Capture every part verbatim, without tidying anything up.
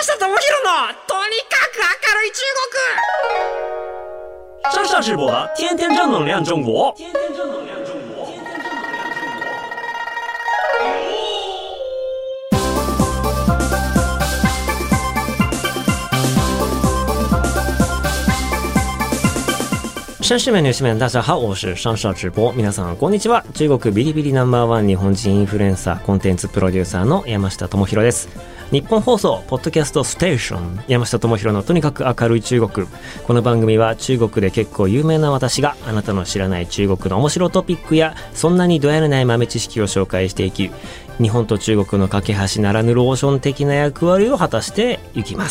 下智博のとにかく明るい中国。上上直播的天天正能量中国。天天正能量中国。天天正能量中国。绅士们女士们大家好，我是上上直播。皆さんこんにちは。中国ビリビリナンバーワン日本人インフルエンサーコンテンツプロデューサーの山下智博です。日本放送ポッドキャストステーション山下智博のとにかく明るい中国。この番組は中国で結構有名な私があなたの知らない中国の面白トピックやそんなにどやれない豆知識を紹介していき、日本と中国の架け橋ならぬローション的な役割を果たしていきます。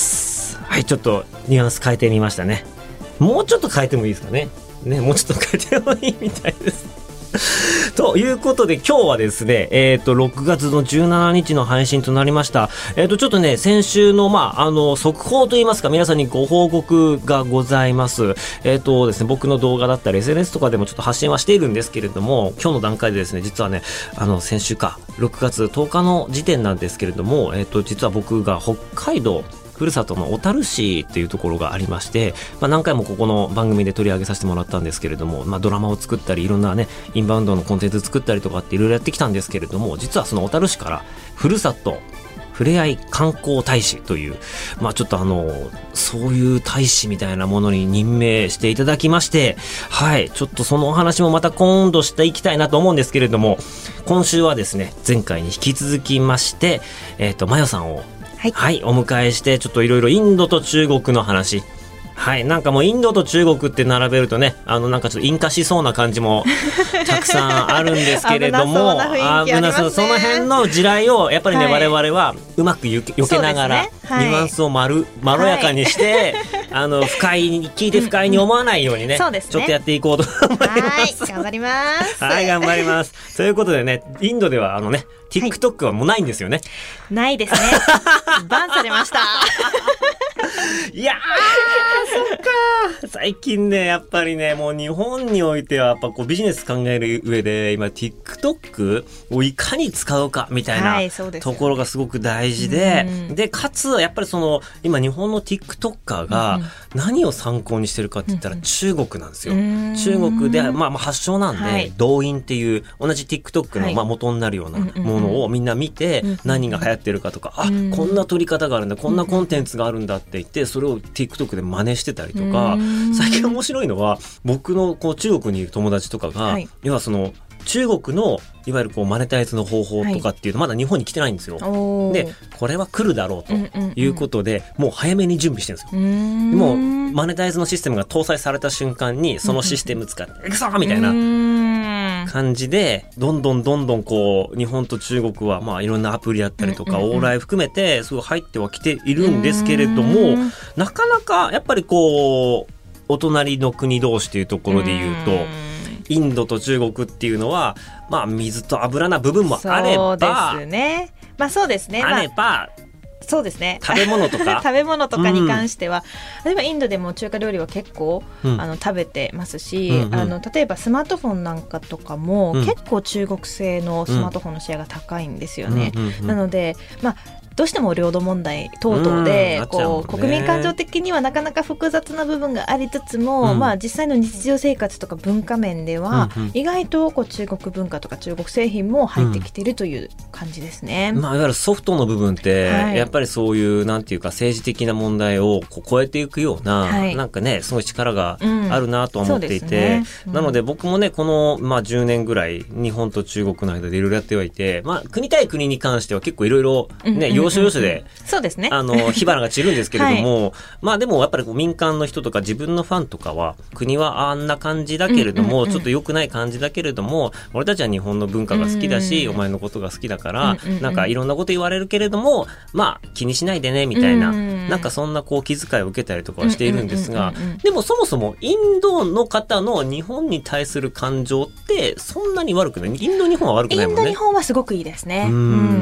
はい、ちょっとニュアンス変えてみましたね。もうちょっと変えてもいいですかね。ね、もうちょっと変えてもいいみたいですということで今日はですね、えっとろくがつのじゅうしちにちの配信となりました。えっとちょっとね、先週のまああの速報といいますか、皆さんにご報告がございます。えっとですね、僕の動画だったり エスエヌエス とかでもちょっと発信はしているんですけれども、今日の段階でですね、実はね、あの先週かろくがつとおかの時点なんですけれども、えっと実は僕が北海道ふるさとの小樽市っていうところがありまして、まあ、何回もここの番組で取り上げさせてもらったんですけれども、まあ、ドラマを作ったりいろんなねインバウンドのコンテンツ作ったりとかっていろいろやってきたんですけれども、実はその小樽市からふるさとふれあい観光大使という、まあちょっとあのそういう大使みたいなものに任命していただきまして、はい、ちょっとそのお話もまた今度していきたいなと思うんですけれども、今週はですね、前回に引き続きまして、えっとマヨさんをはい、はい、お迎えしてちょっといろいろインドと中国の話、はい、なんかもうインドと中国って並べるとね、あのなんかちょっと引火しそうな感じもたくさんあるんですけれども危なそうな雰囲気ありますね。 その辺の地雷をやっぱりね、はい、我々はうまくよけ、避けながら、ね、はい、ニュアンスを丸まろやかにして、はい、あの不快に聞いて不快に思わないようにね、うんうん、ね、ちょっとやっていこうと思います。 はい、頑張りますはい、頑張りますということでね、インドではあのねTikTok はもうないんですよね。 ないですね。バンされました。 いやー、そっか。最近ね、やっぱりね、もう日本においてはやっぱこうビジネス考える上で今 TikTok をいかに使うかみたいな、はい、ところがすごごく大事で、うん、でかつやっぱりその今日本の TikToker が何を参考にしてるかって言ったら中国なんですよ。うん、中国で、まあ、まあ発祥なんで、はい、動員っていう同じ TikTok の、まあ、元になるようなものをみんな見て、何が流行ってるかとか、あ、こんな撮り方があるんだ、こんなコンテンツがあるんだって言ってそれを TikTok で真似してたりとか、最近面白いのは僕のこう中国にいる友達とかが、はい、要はその中国のいわゆるこうマネタイズの方法とかっていうのまだ日本に来てないんですよ。はい、でこれは来るだろうということで、うんうんうん、もう早めに準備してるんですよ。でもマネタイズのシステムが搭載された瞬間にそのシステム使って、うんうん、エクソーみたいな感じでどんどんどんどんこう日本と中国はまあいろんなアプリだったりとか、うんうんうん、往来含めてすごい入ってはきているんですけれども、なかなかやっぱりこうお隣の国同士というところで言うと、インドと中国っていうのは、まあ、水と油な部分もあれば、 そうですね、まあそうですね、 あれば、まあ、 そうですね、 食べ物とか食べ物とかに関しては、うん、例えばインドでも中華料理は結構、うん、あの食べてますし、うんうん、あの例えばスマートフォンなんかとかも、うん、結構中国製のスマートフォンのシェアが高いんですよね。うんうんうんうん、なので、まあどうしても領土問題等々で、うん、こう国民感情的にはなかなか複雑な部分がありつつも、うん、まあ、実際の日常生活とか文化面では、うんうん、意外とこう中国文化とか中国製品も入ってきているという感じですね。 うん、まあ、いわゆるソフトの部分って、はい、やっぱりそういうなんていうか政治的な問題をこう超えていくような、はい、なんかねすごい力があるなと思っていて、うんねうん、なので僕もねこの、まあ、じゅうねんぐらい日本と中国の間でいろいろやってはいて、まあ、国対国に関しては結構いろいろね要所要所でそうですね、 あの火花が散るんですけれども、はい、まあでもやっぱりこう民間の人とか自分のファンとかは国はあんな感じだけれども、うんうんうん、ちょっと良くない感じだけれども俺たちは日本の文化が好きだし、うん、お前のことが好きだから、うんうんうん、なんかいろんなこと言われるけれどもまあ気にしないでねみたいな、うん、なんかそんなこう気遣いを受けたりとかはしているんですが、うんうんうんうん、でもそもそもインドの方の日本に対する感情ってそんなに悪くない。インド日本は悪くないもんね。 インド日本はすごくいいですね。うん、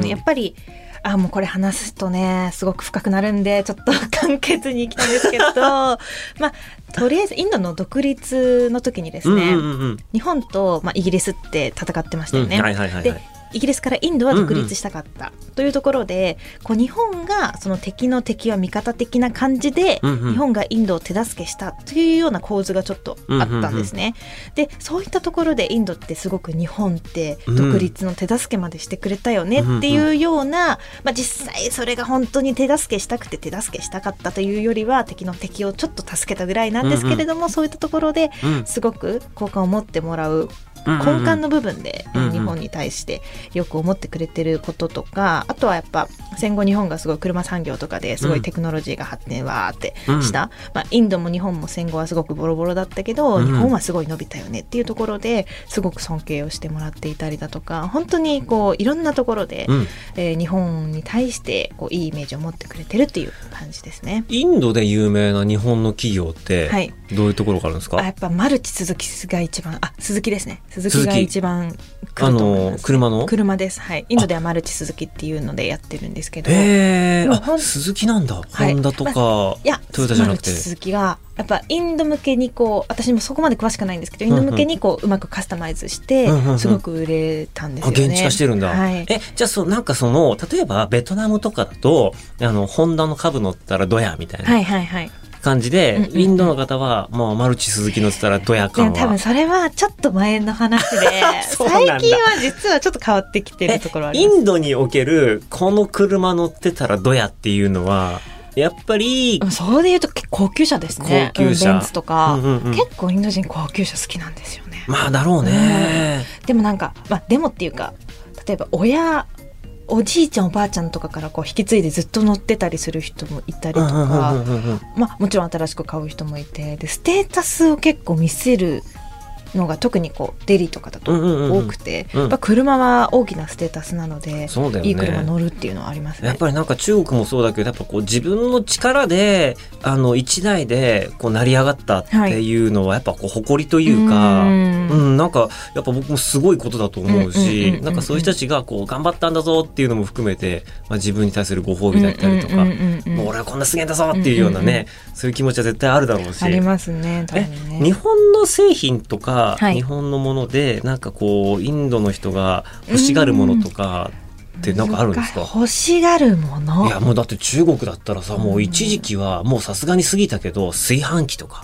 やっぱりあもうこれ話すとねすごく深くなるんでちょっと簡潔にいきたいんですけどまあとりあえずインドの独立の時にですね、うんうんうん、日本と、まあ、イギリスって戦ってましたよね、うんはいはいはいはい、でイギリスからインドは独立したかったというところで、うんうん、こう日本がその敵の敵は味方的な感じで、うんうん、日本がインドを手助けしたというような構図がちょっとあったんですね、うんうんうん、でそういったところでインドってすごく日本って独立の手助けまでしてくれたよねっていうような、うんうんうん、まあ、実際それが本当に手助けしたくて手助けしたかったというよりは敵の敵をちょっと助けたぐらいなんですけれども、うんうん、そういったところですごく好感を持ってもらう根幹の部分で、うんうん、日本に対してよく思ってくれてることとか、あとはやっぱ戦後日本がすごい車産業とかですごいテクノロジーが発展わーってした、うん、まあ、インドも日本も戦後はすごくボロボロだったけど、うん、日本はすごい伸びたよねっていうところですごく尊敬をしてもらっていたりだとか、本当にこういろんなところで、うん、えー、日本に対してこういいイメージを持ってくれてるっていう感じですね。 インドで有名な日本の企業ってどういうところがあるんですか？ はい、あ、やっぱマルチスズキが一番、あ、スズキですね。スズキが一番来ると思います。 あの車の車です、はい、インドではマルチスズキっていうのでやってるんですけど、 えー、あ、スズキなんだ、はい、ホンダとか、まあ、いやトヨタじゃなくて、 マルチスズキがやっぱインド向けにこう、私もそこまで詳しくないんですけど、インド向けにこううまくカスタマイズしてすごく売れたんですよね。 あ、現地化してるんだ、はい、え、じゃあそう、なんかその例えばベトナムとかだとあのホンダの株乗ったらドヤみたいな、はいはいはい、感じで、うんうんうん、インドの方は、まあ、マルチスズキ乗ってたらドヤ感は、 多分それはちょっと前の話で最近は実はちょっと変わってきてるところはあります。 インドにおけるこの車乗ってたらドヤっていうのはやっぱりそうでいうと高級車ですね。 高級車、 ベンツとか、うんうんうん、結構インド人高級車好きなんですよね。 まあだろうね、 うん、でもなんか、まあ、でもっていうか、例えば親おじいちゃんおばあちゃんとかからこう引き継いでずっと乗ってたりする人もいたりとか、まあ、もちろん新しく買う人もいて、でステータスを結構見せるのが特にこうデリとかだと多くて、うんうんうん、やっぱ車は大きなステータスなので、そうだよね、いい車乗るっていうのはありますね。 やっぱりなんか中国もそうだけど、やっぱこう自分の力であの一台でこう成り上がったっていうのはやっぱこう誇りというか、はい、うんうん、なんかやっぱ僕もすごいことだと思うし、うんうんうんうん、なんかそういう人たちがこう頑張ったんだぞっていうのも含めて、まあ、自分に対するご褒美だったりとか、うんうんうんうん、もう俺はこんなすげえんだぞっていうようなね、うんうんうん、そういう気持ちは絶対あるだろうし、 ありますね、多分ね。 え、日本の製品とか、はい、日本のものでなんかこうインドの人が欲しがるものとかってなんかあるんですか？ 欲しがるもの、 いやもうだって中国だったらさ、もう一時期はもうさすがに過ぎたけど炊飯器とか、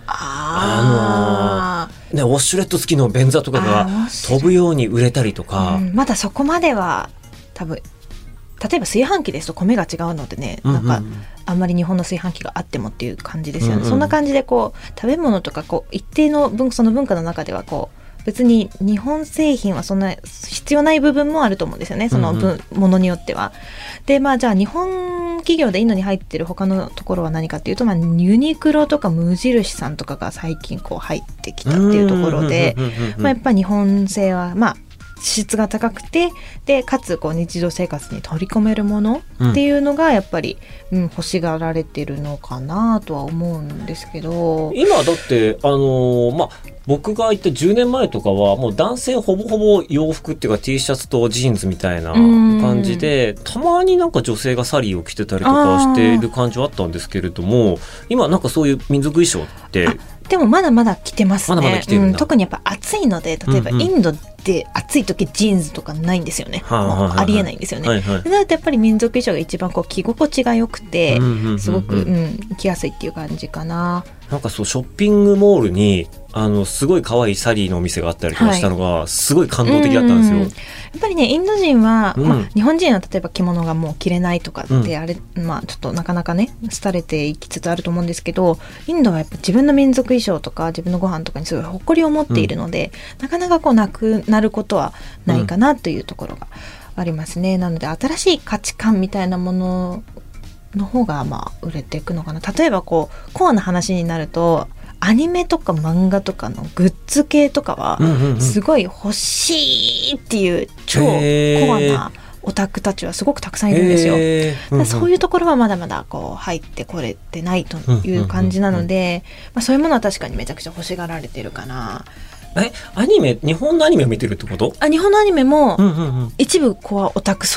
あ、あのーね、ウォッシュレット付きの便座とかが飛ぶように売れたりとか、 うん、まだそこまでは多分、例えば炊飯器ですと米が違うのでね、うんうん、なんかあんまり日本の炊飯器があってもっていう感じですよね、うんうん、そんな感じでこう食べ物とかこう一定の文その文化の中ではこう別に日本製品はそんな必要ない部分もあると思うんですよね、その分、うんうん、ものによっては。で、まあじゃあ日本企業でインドに入ってる他のところは何かっていうと、まあ、ユニクロとか無印さんとかが最近こう入ってきたっていうところで、まあ、やっぱ日本製はまあ質が高くて、でかつこう日常生活に取り込めるものっていうのがやっぱり、うんうん、欲しがられてるのかなとは思うんですけど、 今だってあのー、まあ僕が行ったじゅうねんまえとかはもう男性ほぼほぼ洋服っていうか T シャツとジーンズみたいな感じで、たまになんか女性がサリーを着てたりとかしている感じはあったんですけれども、今なんかそういう民族衣装ってでもまだまだ着てますね。 まだまだ着てるんだ、 うん、特にやっぱ暑いので、例えばインドって暑い時ジーンズとかないんですよね、うんうん、ありえないんですよね、はいはい、だってやっぱり民族衣装が一番こう着心地が良くて、うんうんうんうん、すごく、うん、着やすいっていう感じかな。 なんかそうショッピングモールにあのすごい可愛いサリーのお店があったりとかしたのがすごい感動的だったんですよ、 はい、うん、やっぱりねインド人は、うん、まあ、日本人は例えば着物がもう着れないとかってあれ、うん、まあちょっとなかなかね廃れていきつつあると思うんですけど、インドはやっぱ自分の民族衣装とか自分のご飯とかにすごい誇りを持っているので、うん、なかなかこうなくなることはないかなというところがありますね、うん、なので新しい価値観みたいなものの方がまあ売れていくのかな。例えばこうコアな話になるとアニメとか漫画とかのグッズ系とかはすごい欲しいっていう超コアなオタクたちはすごくたくさんいるんですよ、えーうんうん、そういうところはまだまだこう入ってこれてないという感じなので、まあ、そういうものは確かにめちゃくちゃ欲しがられてるかな。 え、アニメ、日本のアニメを見てるってこと？ あ、日本のアニメも、うんうんうん、一部コアオタク層に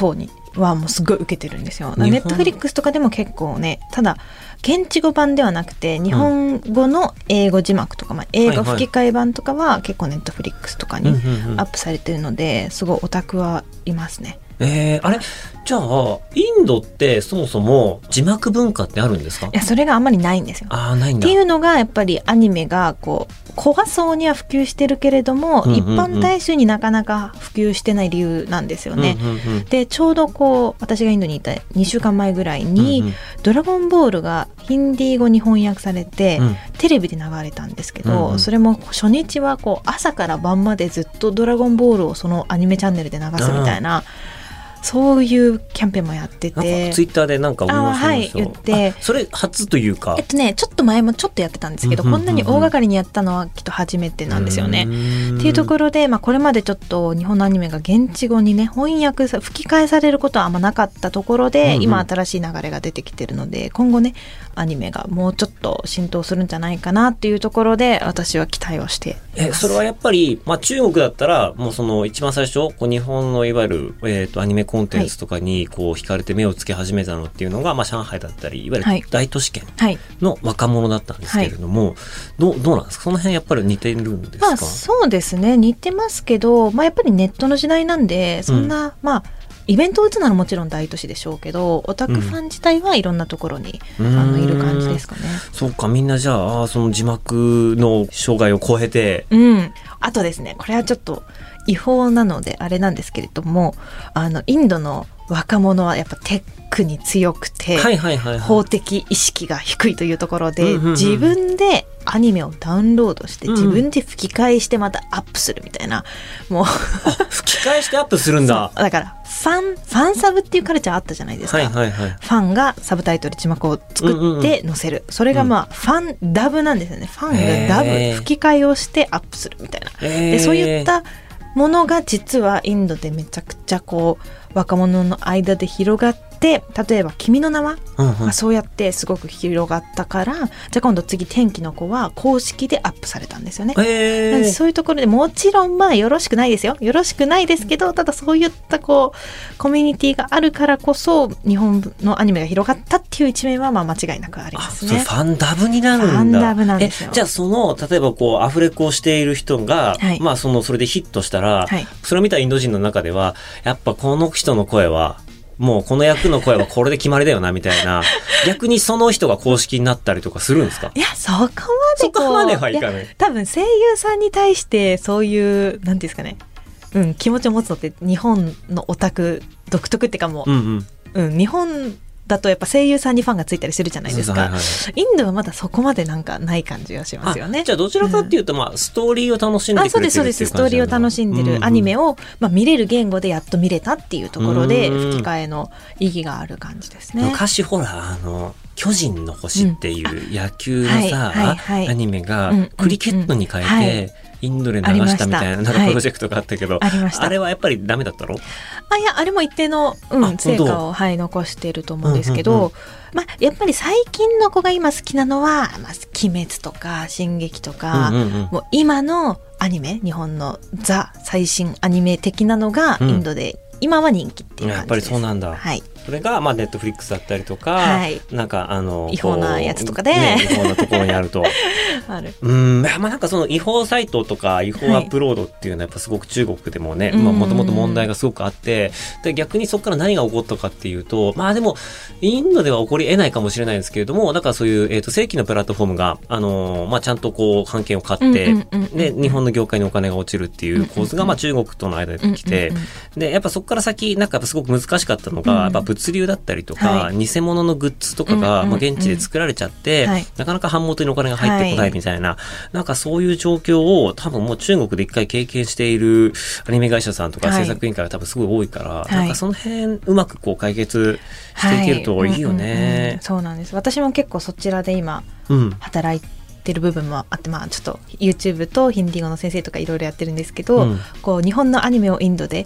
はもうすごい受けてるんですよ。ネットフリックスとかでも結構ね、ただ現地語版ではなくて日本語の英語字幕とか、まあ、映画吹き替え版とかは結構ネットフリックスとかにアップされてるので、すごいオタクはいますね。 えー、あれじゃあインドってそもそも字幕文化ってあるんですか？ いや、それがあんまりないんですよ。 あー、ないんだ。 っていうのがやっぱりアニメがこう怖そうには普及してるけれども、うんうんうん、一般大衆になかなか普及してない理由なんですよね、うんうんうん、でちょうどこう私がインドにいたにしゅうかんまえぐらいに、うんうん、ドラゴンボールがヒンディー語に翻訳されて、うん、テレビで流れたんですけど、うんうん、それも初日はこう朝から晩までずっとドラゴンボールをそのアニメチャンネルで流すみたいな、そういうキャンペーンもやってて、 ツイッターでなんか思いました。 はい、言って、 それ初というか、 えっとね、ちょっと前もちょっとやってたんですけど、うんうんうんうん、こんなに大掛かりにやったのはきっと初めてなんですよね。っていうところで、まあ、これまでちょっと日本のアニメが現地語にね翻訳さ吹き替えされることはあんまなかったところで、うんうん、今新しい流れが出てきてるので、今後ねアニメがもうちょっと浸透するんじゃないかなっていうところで私は期待をしています。 えそれはやっぱり、まあ、中国だったらもうその一番最初こう日本のいわゆる、えーと、アニメコンテンツとかにこう惹かれて目をつけ始めたのっていうのが、まあ、上海だったりいわゆる大都市圏の若者だったんですけれども、はいはい、ど, どうなんですか、その辺やっぱり似てるんですか？ まあ、そうですね、似てますけど、まあ、やっぱりネットの時代なんでそんな、うん、まあイベントを打つならもちろん大都市でしょうけど、オタクファン自体はいろんなところに、うん、あのいる感じですかね。 そうか、みんなじゃあその字幕の障害を超えて、 うん、あとですね、これはちょっと違法なのであれなんですけれども、あのインドの若者はやっぱテックに強くて、はいはいはいはい、法的意識が低いというところで、うんうんうん、自分でアニメをダウンロードして自分で吹き替えしてまたアップするみたいな、うん、もう吹き替えしてアップするんだ。 だからファンファンサブっていうカルチャーあったじゃないですか、はいはいはい、ファンがサブタイトル字幕を作って載せる、うんうん、それがまあ、うん、ファンダブなんですよね。ファンがダブ吹き替えをしてアップするみたいな。でそういったものが実はインドでめちゃくちゃこう若者の間で広がって、例えば君の名は、うんうん、まあ、そうやってすごく広がったから、じゃあ今度次天気の子は公式でアップされたんですよね。えー、なんでそういうところでもちろんまあよろしくないですよよろしくないですけど、ただそういったこうコミュニティがあるからこそ日本のアニメが広がったっていう一面はまあ間違いなくありますね。 あ、それファンダブになるんだ。 ファンダブなんですよ。 えじゃあその例えばこうアフレコをしている人が、はい、まあそのそれでヒットしたら、はい、それを見たインド人の中ではやっぱこの人の声はもうこの役の声はこれで決まりだよなみたいな逆にその人が公式になったりとかするんですか？ いや、そこまでこうそこまではいかない。 多分声優さんに対してそういうなんですかね、うん、気持ちを持つのって日本のオタク独特っていうかもう、うんうんうん、日本だとやっぱ声優さんにファンがついたりするじゃないですか、はいはい、インドはまだそこまでなんかない感じがしますよね。 じゃあどちらかっていうと、うん、まあ、ストーリーを楽しんでくれてるっていう感じなの？あ、そうですそうです。ストーリーを楽しんでるアニメを、うんうん、まあ、見れる言語でやっと見れたっていうところで吹き替えの意義がある感じですね。 昔ほらあの巨人の星っていう野球のさ、うん、はいはいはい、アニメがクリケットに変えて、うんうんうん、はい、インドで流したみたいな、なんかプロジェクトがあったけど、はい、あ, あれはやっぱりダメだったろ？ あ、いや、あれも一定の、うん、成果を、はい、残していると思うんですけど、うんうんうん、まあ、やっぱり最近の子が今好きなのは、まあ、鬼滅とか進撃とか、うんうんうん、もう今のアニメ、日本のザ最新アニメ的なのがインドで、うん、今は人気っていう感じです。やっぱりそうなんだ。はい。 それがまあネットフリックスだったりとか、はい、なんかあの違法なやつとかで、 ね、違法なところにあるとある。うん、まあなんかその違法サイトとか違法アップロードっていうのはやっぱすごく中国でもね、もともと問題がすごくあって、で逆にそこから何が起こったかっていうと、まあでもインドでは起こり得ないかもしれないんですけれども、だからそういう、えー、と正規のプラットフォームがあのー、まあちゃんとこう版権を買って、で日本の業界にお金が落ちるっていう構図がまあ中国との間できて、でやっぱそこから先なんかやっぱすごく難しかったのが、やっぱ物流だったりとか、はい、偽物のグッズとかが、まあ、現地で作られちゃって、はい、なかなか版元にお金が入ってこないみたいな、はい、なんかそういう状況を多分もう中国で一回経験しているアニメ会社さんとか制作委員会が多分すごい多いから、はい、なんかその辺うまくこう解決していけるといいよね、はい、うんうんうん、そうなんです。 私も結構そちらで今働いててる部分もあって、まあ、ちょっと YouTube とヒンディー語の先生とかいろいろやってるんですけど、うん、こう日本のアニメをインドで、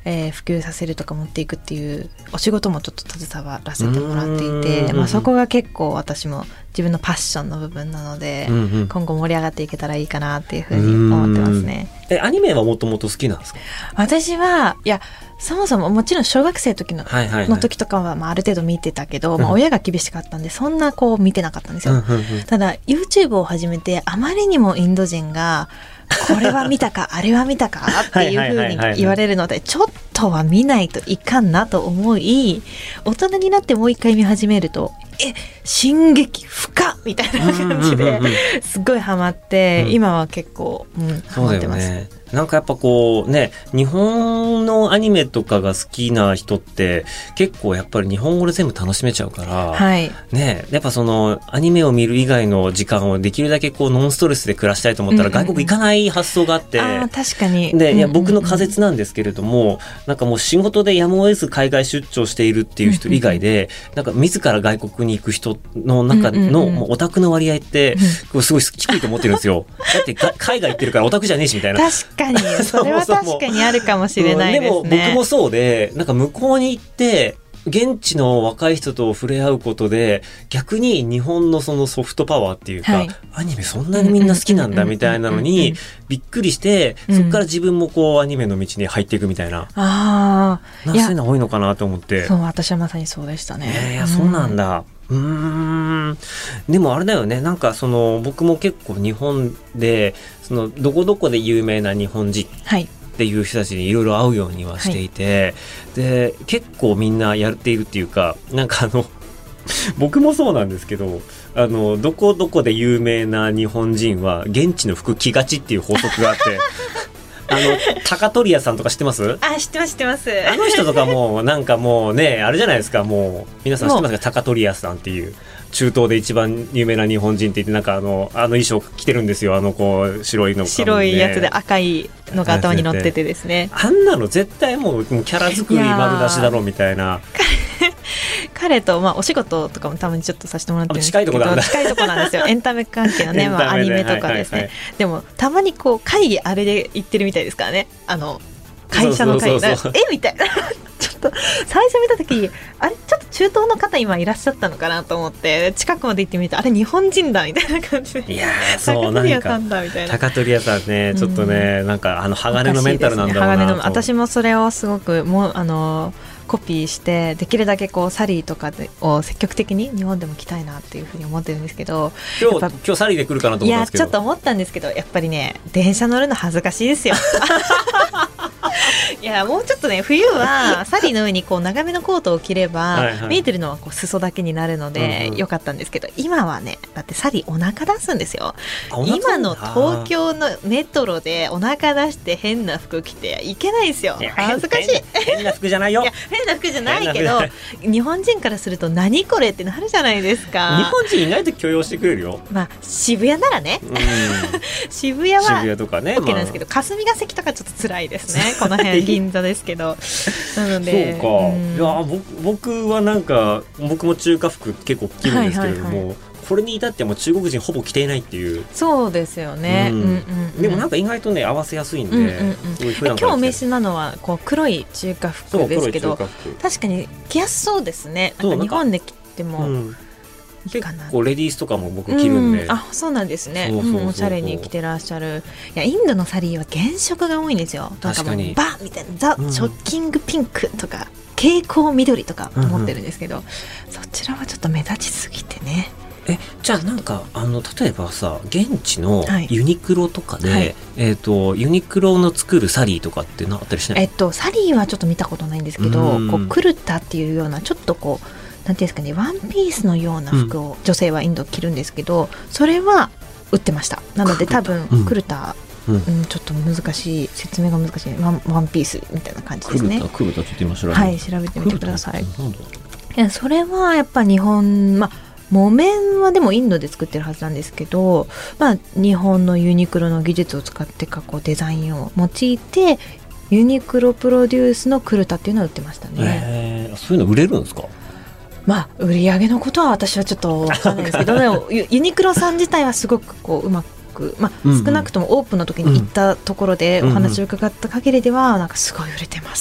えー、普及させるとか持っていくっていうお仕事もちょっと携わらせてもらっていて、まあ、そこが結構私も自分のパッションの部分なので、うんうん、今後盛り上がっていけたらいいかなっていうふうに思ってますね。 えアニメはもともと好きなんですか？ 私はいやそもそももちろん小学生の時 の,、はいはいはい、の時とかはまあある程度見てたけど、まあ、親が厳しかったんでそんなこう見てなかったんですよ、うんうんうん、ただ YouTube を始めてあまりにもインド人がこれは見たかあれは見たかっていう風に言われるのでちょっとは見ないといかんなと思い大人になってもう一回見始めるとえ進撃深みたいな感じですごいハマって、うん、今は結構、うん、ハマってます。そうだよね。 なんかやっぱこうね日本のアニメとかが好きな人って結構やっぱり日本語で全部楽しめちゃうから、はい、ねやっぱそのアニメを見る以外の時間をできるだけこうノンストレスで暮らしたいと思ったら外国行かない発想があって、うんうんうん、 あ確かにでいや僕の仮説なんですけれども、なんかもう仕事でやむを得ず海外出張しているっていう人以外で、うんうん、なんか自ら外国に行く人の中の、うんうんうん、オタクの割合ってすごい低いと思ってるんですよ。だって海外行ってるからオタクじゃねえしみたいな。 確かにそれは確かにあるかもしれないですね。 でも僕もそうでなんか向こうに行って現地の若い人と触れ合うことで逆に日本のそのソフトパワーっていうか、はい、アニメそんなにみんな好きなんだみたいなのにびっくりして、うん、そこから自分もこうアニメの道に入っていくみたいな、あそういうの多いのかなと思って。 そう私はまさにそうでしたね。 いやそうなんだ、うん、うーんでもあれだよねなんかその僕も結構日本でそのどこどこで有名な日本人、はいっていう人たちにいろいろ会うようにはしていて、はい、で結構みんなやっているっていうかなんかあの僕もそうなんですけどあのどこどこで有名な日本人は現地の服着がちっていう法則があってあの高取屋さんとか知ってます？ あ知ってます知ってます。 あの人とかもなんかもうねあれじゃないですかもう皆さん知ってますか高取屋さんっていう中東で一番有名な日本人って言ってなんかあのあの衣装着てるんですよあのこう白いの、ね、 白いやつで赤いのが頭に乗っててですねあんなの絶対もう、もうキャラ作り丸出しだろうみたいな彼と、まあ、お仕事とかもたまにちょっとさせてもらってるんですけど近いとこなんだ近いとこなんですよエンタメ関係のね、まあ、アニメとかですね、はいはいはい、でもたまにこう会議あれで行ってるみたいですからねあの会社の会議えみたいなちょっと最初見た時あれちょっと中東の方今いらっしゃったのかなと思って近くまで行ってみるとあれ日本人だみたいな感じでいやそう高取屋さんだみたいな高取屋さんねちょっとね、うん、なんかあの鋼のメンタルなんだろうなと、ね、鋼の私もそれをすごくもうあのコピーしてできるだけこうサリーとかを積極的に日本でも着たいなっていうふうに思ってるんですけど今日、今日サリーで来るかなと思ったんですけどいやちょっと思ったんですけどやっぱりね電車乗るの恥ずかしいですよいやもうちょっとね冬はサリーの上にこう長めのコートを着ればはい、はい、見えてるのはこう裾だけになるので、うんうん、よかったんですけど今はねだってサリーお腹出すんですよ。今の東京のメトロでお腹出して変な服着ていけないですよ。恥ずかしい。 変な服じゃないよ。いや変な服じゃないけど日本人からすると何これってなるじゃないですか。 日本人意外と許容してくれるよ。 まあ渋谷ならね、うん、渋谷は渋谷とかね OK なんですけど、まあ、霞が関とかちょっと辛いですねこの辺銀座ですけどなのでそうか、うん、いや僕はなんか僕も中華服結構着るんですけれども、はいはいはい、これに至っても中国人ほぼ着ていないっていう。 そうですよね、うんうんうん、 でもなんか意外とね合わせやすいんで、うんうんうん、すごい普段から着てる。 今日お召しなのはこう黒い中華服ですけど確かに着やすそうですね。なんか日本で着ても、うん、 結構レディースとかも僕着るんで、うん、 あそうなんですね。そうそうそうそう、おしゃれに着てらっしゃる。いやインドのサリーは原色が多いんですよ。なんかもうバーみたいなザ・ショッキングピンクとか蛍光緑とか思ってるんですけど、うんうん、そちらはちょっと目立ちすぎてね。 えじゃあなんかあの例えばさ現地のユニクロとかで、はい、えーと、ユニクロの作るサリーとかってなったりしない？ えっとサリーはちょっと見たことないんですけど、こうクルタっていうようなちょっとこうなんていうんですかねワンピースのような服を女性はインド着るんですけど、うん、それは売ってました。なので多分クルタ、うんうん、ちょっと難しい説明が難しいワン、ワンピースみたいな感じですね。 クルタちょっと今調べて、 はい、調べてみてください。いやそれはやっぱ日本まあ木綿はでもインドで作ってるはずなんですけど、まあ、日本のユニクロの技術を使ってかこうデザインを用いてユニクロプロデュースのクルタっていうのを売ってましたね。 えー、そういうの売れるんですか？ まあ売り上げのことは私はちょっと分からないですけどでもユニクロさん自体はすごくこううまく、まあ、少なくともオープンの時に行ったところでお話を伺った限りではなんかすごい売れてますみたいな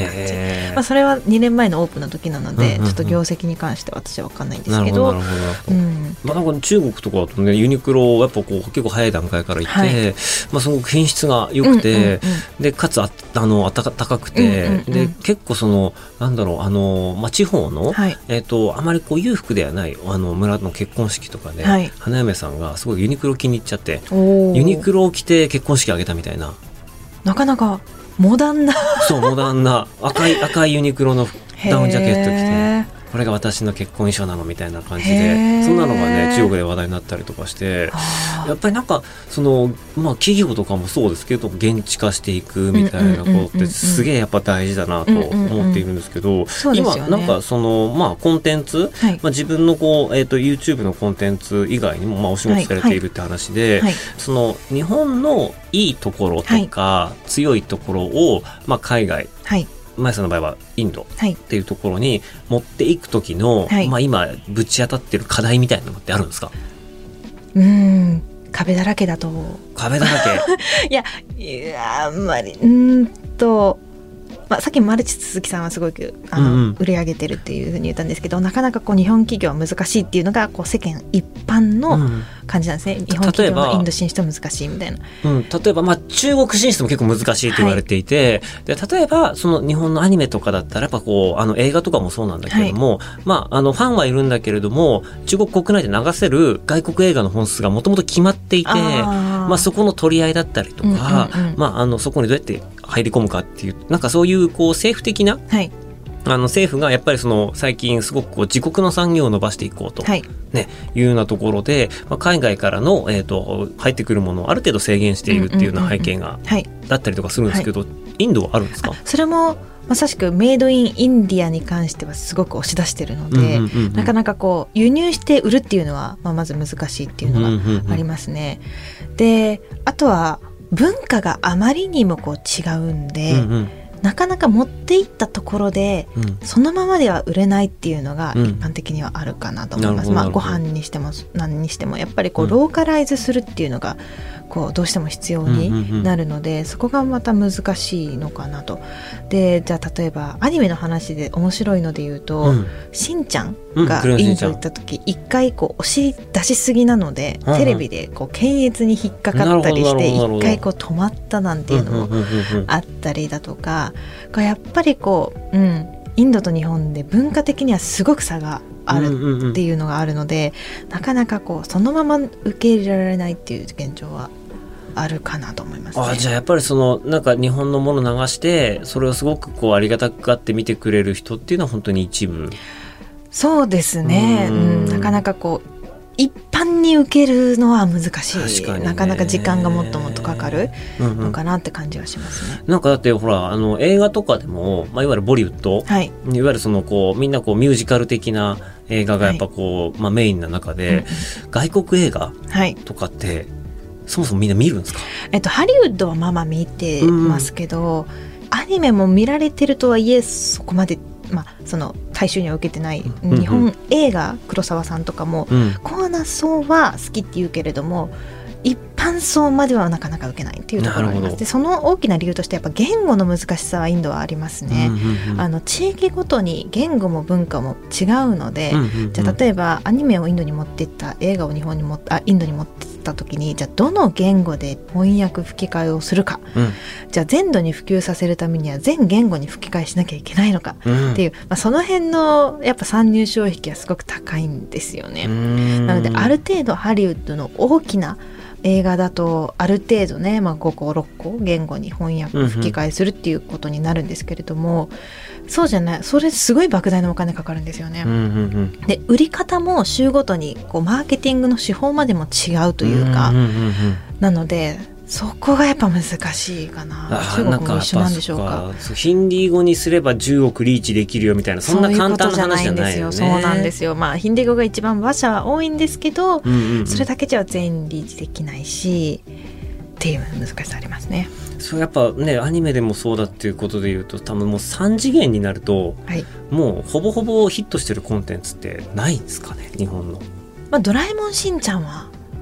感じ、まあ、それはにねんまえのオープンの時なので、うんうんうん、ちょっと業績に関しては私は分かんないんですけど、 まあ、なんか中国とかだとねユニクロやっぱこう結構早い段階から行って、はい、まあ、すごく品質が良くて、うんうんうん、でかつああのあたか高くて、うんうんうん、で結構そのなんだろうあの、まあ、地方の、はい、えーと、あまりこう裕福ではないあの村の結婚式とかで、はい、花嫁さんがすごいユニクロ気に入っちゃってユニクロを着て結婚式挙げたみたいな、 なかなかモダンなそうモダンな赤い赤いユニクロのダウンジャケット着てこれが私の結婚衣装なのみたいな感じでそんなのがね中国で話題になったりとかしてやっぱりなんかその、まあ、企業とかもそうですけど現地化していくみたいなことってすげえやっぱ大事だなと思っているんですけど、今なんかその、まあ、コンテンツ、はい、まあ、自分のこう、えーと、YouTube のコンテンツ以外にも、まあ、お仕事されているって話で、はいはい、その日本のいいところとか、はい、強いところを、まあ、海外、はい、前さんの場合はインドっていうところに持っていく時の、はい、まあ、今ぶち当たってる課題みたいなのってあるんですか？ うーん壁だらけだと壁だらけいやいやあんまりうんと、まあ、さっきマルチ鈴木さんはすごくあの、うんうん、売り上げてるっていうふうに言ったんですけど、なかなかこう日本企業は難しいっていうのがこう世間一般の感じなんですね、うん、日本企業のインド進出は難しいみたいな、 うん、例えば、まあ、中国進出も結構難しいと言われていて、はい、で例えばその日本のアニメとかだったらやっぱこうあの映画とかもそうなんだけれども、はい、まあ、あのファンはいるんだけれども中国国内で流せる外国映画の本数がもともと決まっていて、あ、まあ、そこの取り合いだったりとか、うんうんうん、まあ、あのそこにどうやって入り込むかっていうなんかそういうこう政府的な、はい、あの政府がやっぱりその最近すごくこう自国の産業を伸ばしていこうと、はい、ね、いうようなところで、まあ、海外からの、えーと、入ってくるものをある程度制限しているっていうような背景が、うんうんうん、はい、だったりとかするんですけど、はい、インドはあるんですか？ それもまさしくメイドインインディアに関してはすごく押し出してるので、うんうんうんうん、なかなかこう輸入して売るっていうのは、まあ、まず難しいっていうのがありますね、うんうんうん、であとは文化があまりにもこう違うんで、うんうん、なかなか持っていったところで、うん、そのままでは売れないっていうのが一般的にはあるかなと思います、うん、まあ、ご飯にしても何にしてもやっぱりこうローカライズするっていうのがこうどうしても必要になるので、うんうんうん、そこがまた難しいのかなと。でじゃあ例えばアニメの話で面白いので言うと、うん、しんちゃんがインド行った時一回こう押し出しすぎなので、うんうん、テレビでこう検閲に引っかかったりして一回こう止まったなんていうのもあったりだとか、これやっぱりこう、うん、インドと日本で文化的にはすごく差があるっていうのがあるので、うんうんうん、なかなかこうそのまま受け入れられないっていう現状はあるかなと思いますね。 あ、じゃあやっぱりそのなんか日本のもの流してそれをすごくこうありがたがって見てくれる人っていうのは本当に一部。 そうですね、うん、なかなかこう一般に受けるのは難しい、ね、なかなか時間がもっともっとかかるのかなって感じはしますね、 うんうん、なんかだってほらあの映画とかでも、まあ、いわゆるボリウッド、はい、いわゆるそのこうみんなこうミュージカル的な映画がやっぱこう、はい、まあ、メインな中で、うんうん、外国映画とかって、はい、そもそもみんな見るんですか？ えっと、ハリウッドはまあまあ見てますけど、うん、アニメも見られてるとはいえそこまで、まあ、その大衆には受けてない、うんうん、日本映画黒沢さんとかも、うん、コアな層は好きって言うけれども一般層まではなかなか受けないっていうところがあります。でその大きな理由としてやっぱ言語の難しさはインドはありますね、うんうんうん、あの地域ごとに言語も文化も違うので、うんうんうん、じゃあ例えばアニメをインドに持っていった映画を日本にもあインドに持っていった時にじゃあどの言語で翻訳吹き替えをするか、うん、じゃあ全土に普及させるためには全言語に吹き替えしなきゃいけないのかっていう、うん、まあ、その辺のやっぱ参入障壁はすごく高いんですよね。なのである程度ハリウッドの大きな映画だとある程度ね、まあ、ごころっこ言語に翻訳吹き替えするっていうことになるんですけれども、うんうん、そうじゃない、それすごい莫大なお金かかるんですよね、うんうんうん、で売り方も週ごとにこうマーケティングの手法までも違うというか、うんうんうんうん、なのでそこがやっぱ難しいかな。中国も一緒なんでしょうか。 なんかヒンディー語にすればじゅうおくリーチできるよみたいな、そんな簡単な話じゃないよね。 そうなんですよ。まあヒンディー語が一番話者は多いんですけど、うんうんうん、それだけじゃ全リーチできないしっていう難しさありますね。 そうやっぱねアニメでもそうだっていうことでいうと多分もうさん次元になると、はい、もうほぼほぼヒットしてるコンテンツってないんですかね日本の。 まあ、ドラえもんしんちゃんは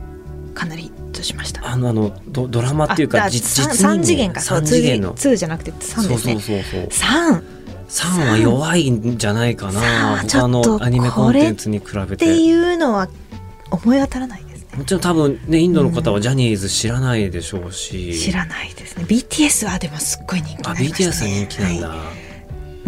かなりヒットしました。 あのあの ド, ドラマっていうか実実さん次元か、そう、 次元のにじゃなくてさんですね。 そうそうそうそう、 さんさんは弱いんじゃないかな、他のアニメコンテンツに比べてっていうのは思い当たらないですね。 もちろん多分ねインドの方はジャニーズ知らないでしょうし、 うん、知らないですね。 ビーティーエス はでもすっごい人気になりましたね。 あ ビーティーエス は人気なんだ、 はい、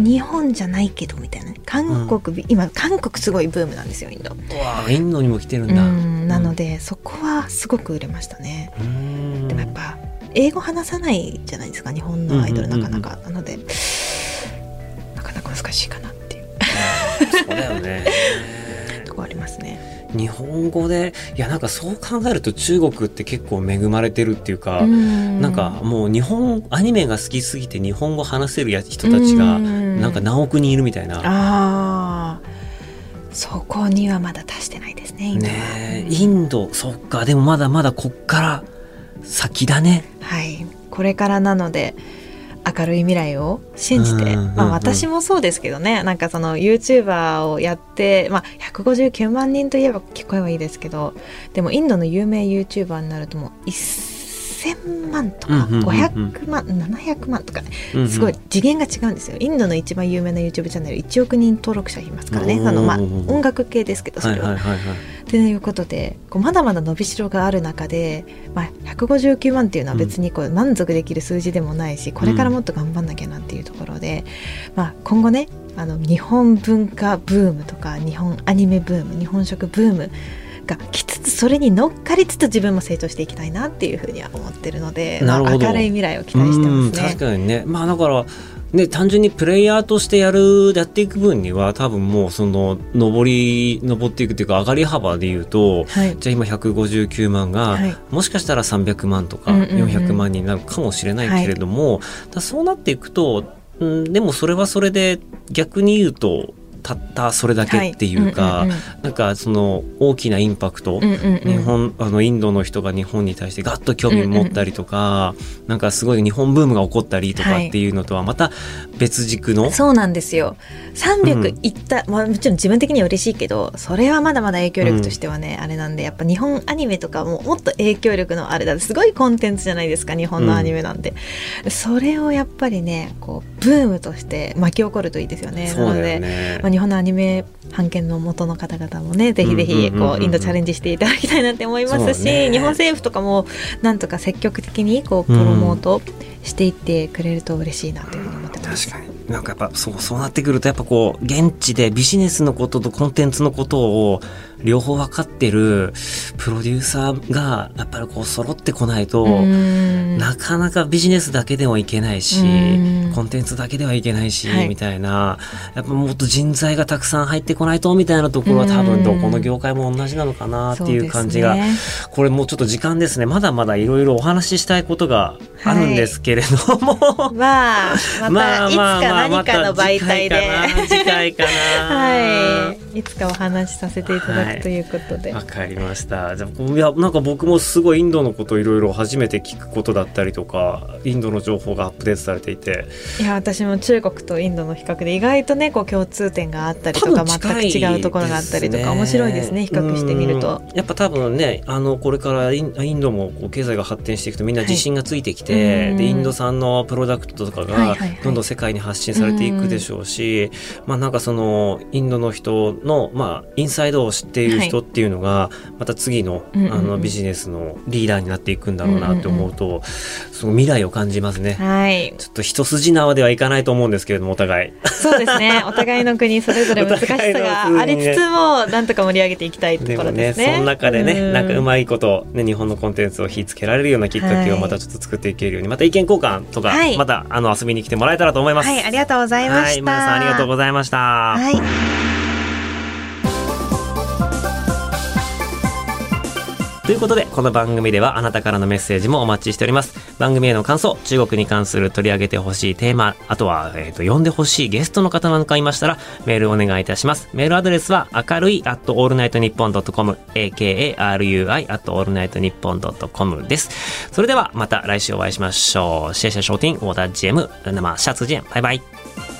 日本じゃないけどみたいな、韓国、うん、今韓国すごいブームなんですよインド。 わインドにも来てるんだ。 うんなので、うん、そこはすごく売れましたね。うんでもやっぱ英語話さないじゃないですか日本のアイドル、なかなか、うんうんうん、なのでなかなか難しいかなっていうそうだよねとこありますね。 日本語でいやなんかそう考えると中国って結構恵まれてるっていうか、んなんかもう日本アニメが好きすぎて日本語話せる人たちがなんか何億人いるみたいな。 あそこにはまだ達してないですねインドは。 ねインドそっか、でもまだまだこっから先だね。 はいこれからなので明るい未来を信じて、うんうんうんまあ、私もそうですけどね、なんかその YouTuber をやって、まあ、ひゃくごじゅうきゅうまんにんといえば聞こえはいいですけど、でもインドの有名 YouTuber になるともうせんまんとかごひゃくまん、ななひゃくまんとかね、すごい次元が違うんですよ。インドの一番有名な YouTube チャンネルいちおくにん登録者いますからね。あの、まあ、音楽系ですけどそれは、はいはいはいはい、ということでこうまだまだ伸びしろがある中で、まあ、ひゃくごじゅうきゅうまんっていうのは別にこう満足できる数字でもないし、これからもっと頑張んなきゃなっていうところで、まあ、今後ねあの日本文化ブームとか日本アニメブーム日本食ブームが来つつそれに乗っかりつつ自分も成長していきたいなっていうふうには思ってるので、まあ、明るい未来を期待してますね。 確かにね、まあ、だからね、単純にプレイヤーとしてやるやっていく分には多分もうその上り上っていくというか上がり幅でいうと、はい、じゃあ今ひゃくごじゅうきゅうまんが、はい、もしかしたらさんびゃくまんとかよんひゃくまんになるかもしれないけれども、はい、だそうなっていくと、うん、でもそれはそれで逆に言うとたったそれだけっていうか、はいうんうんうん、なんかその大きなインパクト、うんうんうん、日本あのインドの人が日本に対してガッと興味を持ったりとか、うんうん、なんかすごい日本ブームが起こったりとかっていうのとはまた別軸の、 はい、そうなんですよ。さんびゃくいった、うんまあ、もちろん自分的には嬉しいけどそれはまだまだ影響力としてはね、うん、あれなんでやっぱ日本アニメとかももっと影響力のあれだすごいコンテンツじゃないですか日本のアニメなんて、うん、それをやっぱりねこうブームとして巻き起こるといいですよね。 そうだよね。 なので、まあ日本のアニメ版権の元の方々もねぜひぜひこうインドチャレンジしていただきたいなって思いますし、ね、日本政府とかもなんとか積極的にこうプロモートしていってくれると嬉しいなというふうに思ってます。 確かになんかやっぱそう、そうなってくるとやっぱこう現地でビジネスのこととコンテンツのことを両方分かってるプロデューサーがやっぱりこう揃ってこないとなかなかビジネスだけでもいけないしコンテンツだけではいけないし、はい、みたいなやっぱもっと人材がたくさん入ってこないとみたいなところは多分どこの業界も同じなのかなっていう感じが、ね、これもうちょっと時間ですね。まだまだいろいろお話ししたいことがあるんですけれども、 はい、まあまたいつか何かの媒体で、 まあまあ、次回かなはい、いつかお話しさせていただく、はい、ということでわかりました。じゃあいやなんか僕もすごいインドのこといろいろ初めて聞くことだったりとかインドの情報がアップデートされていて、 いや私も中国とインドの比較で意外とねこう共通点があったりとか全く違うところがあったりとか面白いですね比較してみると。 やっぱ多分ねあのこれからイン、インドもこう経済が発展していくとみんな自信がついてきて、はい、でインド産のプロダクトとかがどんどん世界に発信されていくでしょうし、はいはいはい、まあなんかそのインドの人のまあインサイドを知っている人っていうのがまた次の、はい、あのビジネスのリーダーになっていくんだろうなって思うと、うんうんうん、その未来を感じますね。はい、ちょっと一筋縄ではいかないと思うんですけれどもお互いそうですねお互いの国それぞれ難しさがありつつもなんとか盛り上げていきたいところですね。 でもねその中でね、うん、なんかうまいこと、ね、日本のコンテンツを火つけられるようなきっかけをまたちょっと作っていけるように、はい、また意見交換とか、はい、またあの遊びに来てもらえたらと思います。 はい、ありがとうございました。はい、 皆さんありがとうございました。はい。ということでこの番組ではあなたからのメッセージもお待ちしております。番組への感想、中国に関する取り上げてほしいテーマ、あとは、えー、と呼んでほしいゲストの方なんかいましたらメールお願いいたします。メールアドレスは明るい アットオールナイトニッポンドットコム エーケーエーアールユーアイ アットオールナイトニッポンドットコム です。それではまた来週お会いしましょう。謝謝收聽我的節目，那么下次見。バイバイ。